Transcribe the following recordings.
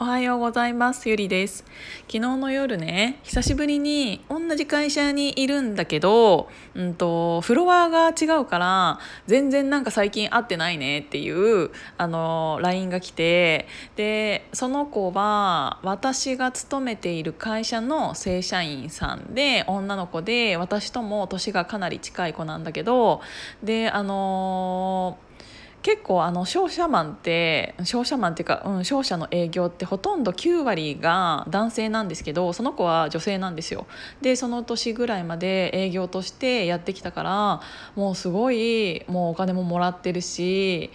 おはようございます。ゆりです。昨日の夜ね、久しぶりに同じ会社にいるんだけど、フロアが違うから全然なんか最近会ってないねっていうLINE が来て、でその子は私が勤めている会社の正社員さんで、女の子で私とも年がかなり近い子なんだけど、で結構商社マンっていうか、商社の営業ってほとんど9割が男性なんですけど、その子は女性なんですよ。でその年ぐらいまで営業としてやってきたから、もうすごいもうお金ももらってるし、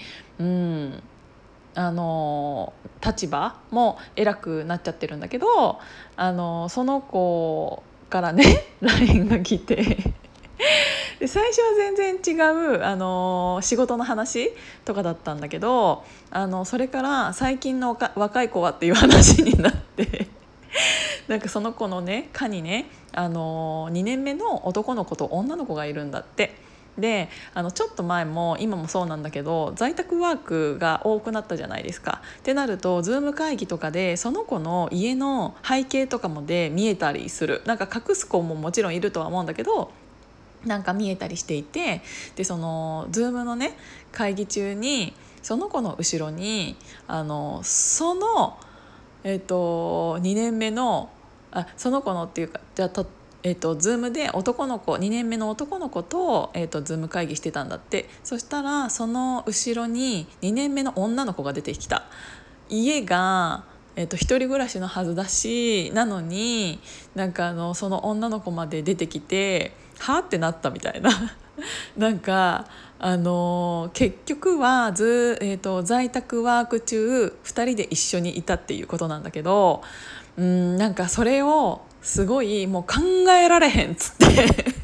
立場も偉くなっちゃってるんだけど、その子からねLINE が来てで最初は全然違う、仕事の話とかだったんだけど、それから最近の若い子はっていう話になってなんかその子のね科にね、2年目の男の子と女の子がいるんだって。でちょっと前も今もそうなんだけど、在宅ワークが多くなったじゃないですか。ってなるとズーム会議とかでその子の家の背景とかもで見えたりする。なんか隠す子ももちろんいるとは思うんだけど、なんか見えたりしていて、でその Zoom のね会議中にその子の後ろにその、2年目のその子のっていうか、じゃあZoom で男の子2年目の男の子と、Zoom 会議してたんだって。そしたらその後ろに2年目の女の子が出てきた。家が一人暮らしのはずだし、なのになんかその女の子まで出てきてはってなったみたいななんか結局は在宅ワーク中2人で一緒にいたっていうことなんだけど、なんかそれをすごいもう考えられへんっつって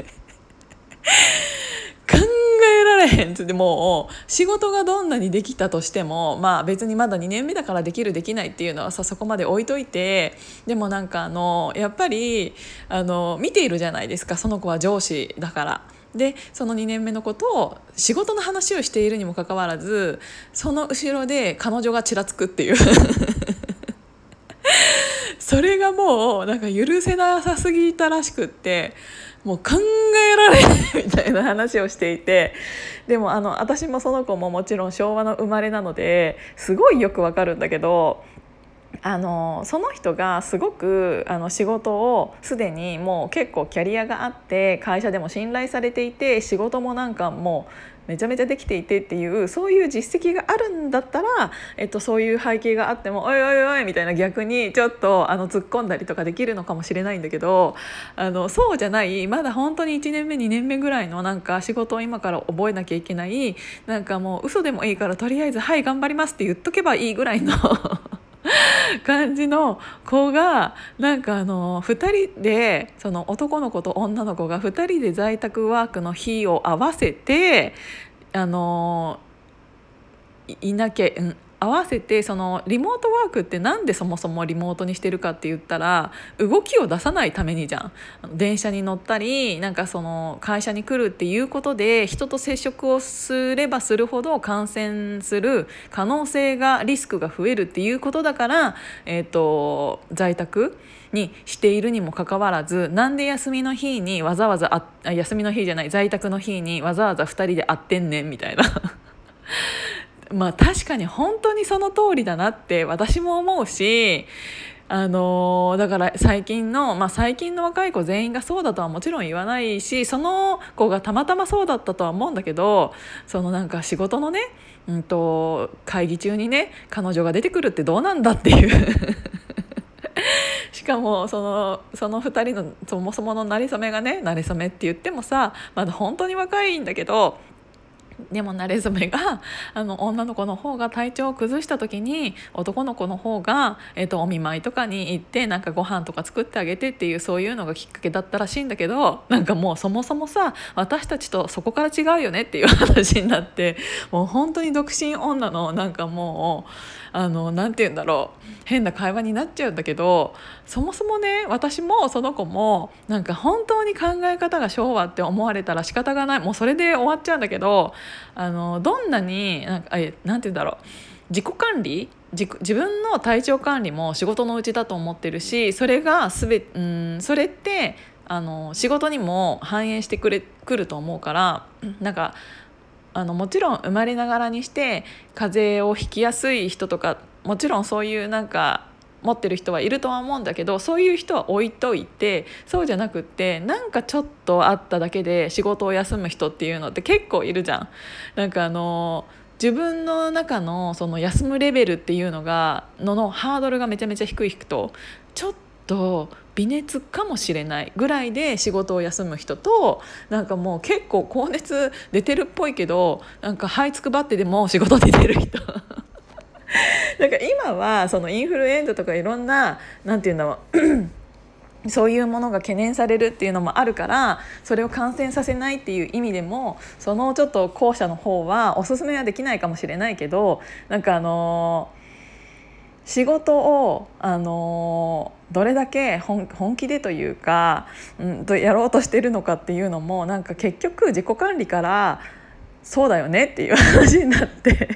考えられへんっつって、もう仕事がどんなにできたとしても、まあ別にまだ2年目だからできるできないっていうのはさ、そこまで置いといて、でもなんかやっぱり見ているじゃないですか、その子は上司だから。でその2年目の子と仕事の話をしているにもかかわらず、その後ろで彼女がちらつくっていうそれがもうなんか許せなさすぎたらしくって、もう考えられないみたいな話をしていて、でも私もその子ももちろん昭和の生まれなのですごいよくわかるんだけど、その人がすごく仕事をすでにもう結構キャリアがあって、会社でも信頼されていて、仕事もなんかもうめちゃめちゃできていてっていう、そういう実績があるんだったら、そういう背景があってもおいおいおいみたいな、逆にちょっと突っ込んだりとかできるのかもしれないんだけど、そうじゃない、まだ本当に1年目2年目ぐらいのなんか仕事を今から覚えなきゃいけない、なんかもう嘘でもいいからとりあえずはい頑張りますって言っとけばいいぐらいの感じの子が、なんか2人で、その男の子と女の子が2人で在宅ワークの日を合わせてあのいなきゃ、合わせて、そのリモートワークってなんでそもそもリモートにしてるかって言ったら、動きを出さないためにじゃん。電車に乗ったり、なんかその会社に来るっていうことで人と接触をすればするほど感染する可能性が、リスクが増えるっていうことだから、在宅にしているにもかかわらず、なんで休みの日にわざわざ休みの日じゃない在宅の日にわざわざ2人で会ってんねんみたいなまあ確かに本当にその通りだなって私も思うし、だから最近の若い子全員がそうだとはもちろん言わないし、その子がたまたまそうだったとは思うんだけど、そのなんか仕事のね、会議中にね彼女が出てくるってどうなんだっていうしかもその2人のそもそもの馴れ初めがね、馴れ初めって言ってもさ、まだ本当に若いんだけど、でも馴れ初めが女の子の方が体調を崩した時に、男の子の方が、お見舞いとかに行ってなんかご飯とか作ってあげてっていう、そういうのがきっかけだったらしいんだけど、なんかもうそもそもさ、私たちとそこから違うよねっていう話になって、もう本当に独身女のなんかもうなんて言うんだろう、変な会話になっちゃうんだけど、そもそもね、私もその子もなんか本当に考え方が昭和って思われたら仕方がない、もうそれで終わっちゃうんだけど、どんなになんて言うんだろう、自己管理自分の体調管理も仕事のうちだと思ってるし、それがそれって仕事にも反映してくると思うから、なんかもちろん生まれながらにして風邪をひきやすい人とか、もちろんそういうなんか持ってる人はいるとは思うんだけど、そういう人は置いといて、そうじゃなくってなんかちょっとあっただけで仕事を休む人っていうのって結構いるじゃん。なんか自分の中のその休むレベルっていうののハードルがめちゃめちゃ低い人、ちょっと微熱かもしれないぐらいで仕事を休む人と、なんかもう結構高熱出てるっぽいけどなんか這いつくばってでも仕事に出る人なんか今はそのインフルエンザとかいろんななんていうんだろうそういうものが懸念されるっていうのもあるから、それを感染させないっていう意味でもそのちょっと後者の方はおすすめはできないかもしれないけど、なんか仕事を、どれだけ本気でというか、やろうとしてるのかっていうのもなんか結局自己管理からそうだよねっていう話になって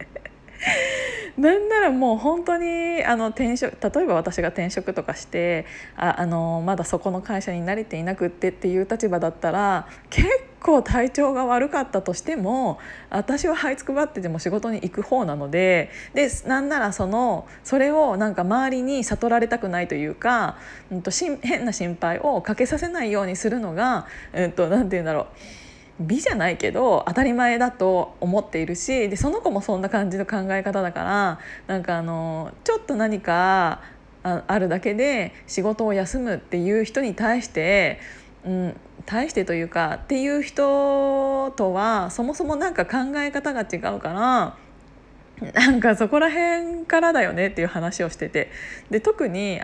なんならもう本当に例えば私が転職とかしてまだそこの会社に慣れていなくっていう立場だったら、結構体調が悪かったとしても私は這いつくばってでも仕事に行く方なので、なんならそれをなんか周りに悟られたくないというか、変な心配をかけさせないようにするのが、なんて言うんだろう、美じゃないけど当たり前だと思っているし、でその子もそんな感じの考え方だから、なんかちょっと何かあるだけで仕事を休むっていう人に対して、というかっていう人とはそもそもなんか考え方が違うから、なんかそこら辺からだよねっていう話をしてて、で特に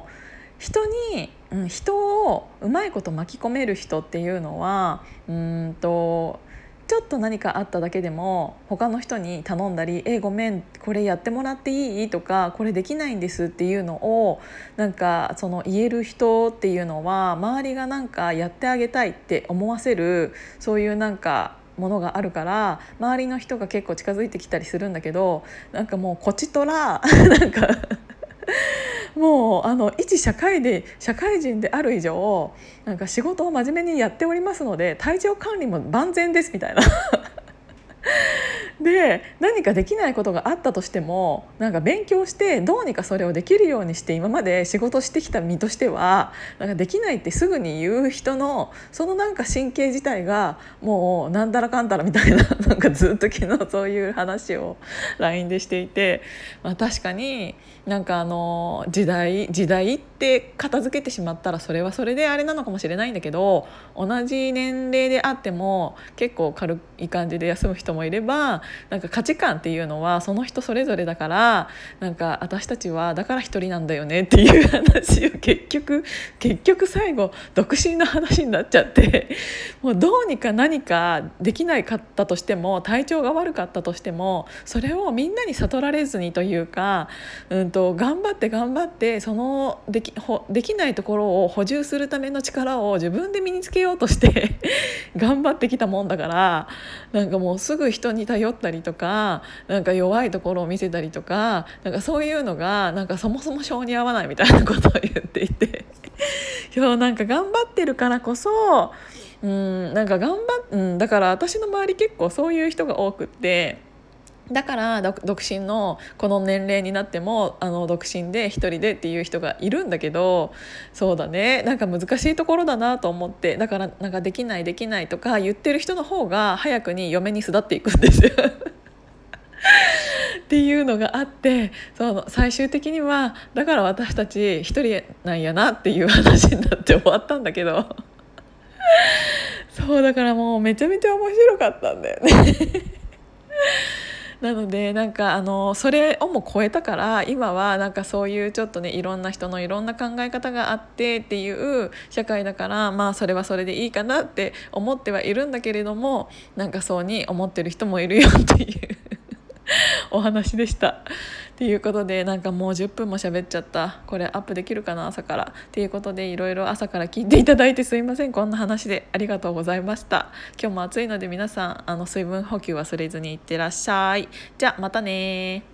人をうまいこと巻き込める人っていうのはちょっと何かあっただけでも他の人に頼んだりごめんこれやってもらっていいとかこれできないんですっていうのをなんか言える人っていうのは周りがなんかやってあげたいって思わせるそういうなんかものがあるから周りの人が結構近づいてきたりするんだけど、なんかもうこちとらなんかもう一社会人である以上なんか仕事を真面目にやっておりますので体調管理も万全ですみたいなで何かできないことがあったとしてもなんか勉強してどうにかそれをできるようにして今まで仕事してきた身としてはなんかできないってすぐに言う人のそのなんか神経自体がもうなんだらかんだらみたいななんかずっと昨日そういう話を LINE でしていて、確かになんか時代って片付けてしまったらそれはそれであれなのかもしれないんだけど、同じ年齢であっても結構軽い感じで休む人もいれば、なんか価値観っていうのはその人それぞれだから、なんか私たちはだから一人なんだよねっていう話を結局最後独身の話になっちゃってもうどうにか何かできないかったとしても体調が悪かったとしてもそれをみんなに悟られずにというか、頑張ってそのできないところを補充するための力を自分で身につけようとして頑張ってきたもんだから、なんかもうすぐ人に頼ったりとかなんか弱いところを見せたりとかなんかそういうのがなんかそもそも性に合わないみたいなことを言っていて今日なんか頑張ってるからこそなんかだから私の周り結構そういう人が多くって、だから独身のこの年齢になっても独身で一人でっていう人がいるんだけど、そうだねなんか難しいところだなと思って、だからなんかできないとか言ってる人の方が早くに嫁に巣立っていくんですよっていうのがあって、最終的にはだから私たち一人なんやなっていう話になって終わったんだけどそうだからもうめちゃめちゃ面白かったんだよねなのでなんかそれをも超えたから今はなんかそういうちょっとねいろんな人のいろんな考え方があってっていう社会だから、まあそれはそれでいいかなって思ってはいるんだけれども、なんかそうに思ってる人もいるよっていうお話でした。ということでなんかもう10分も喋っちゃった。これアップできるかな朝から。ということでいろいろ朝から聞いていただいてすいません。こんな話でありがとうございました。今日も暑いので皆さん水分補給忘れずにいってらっしゃい。じゃあまたね。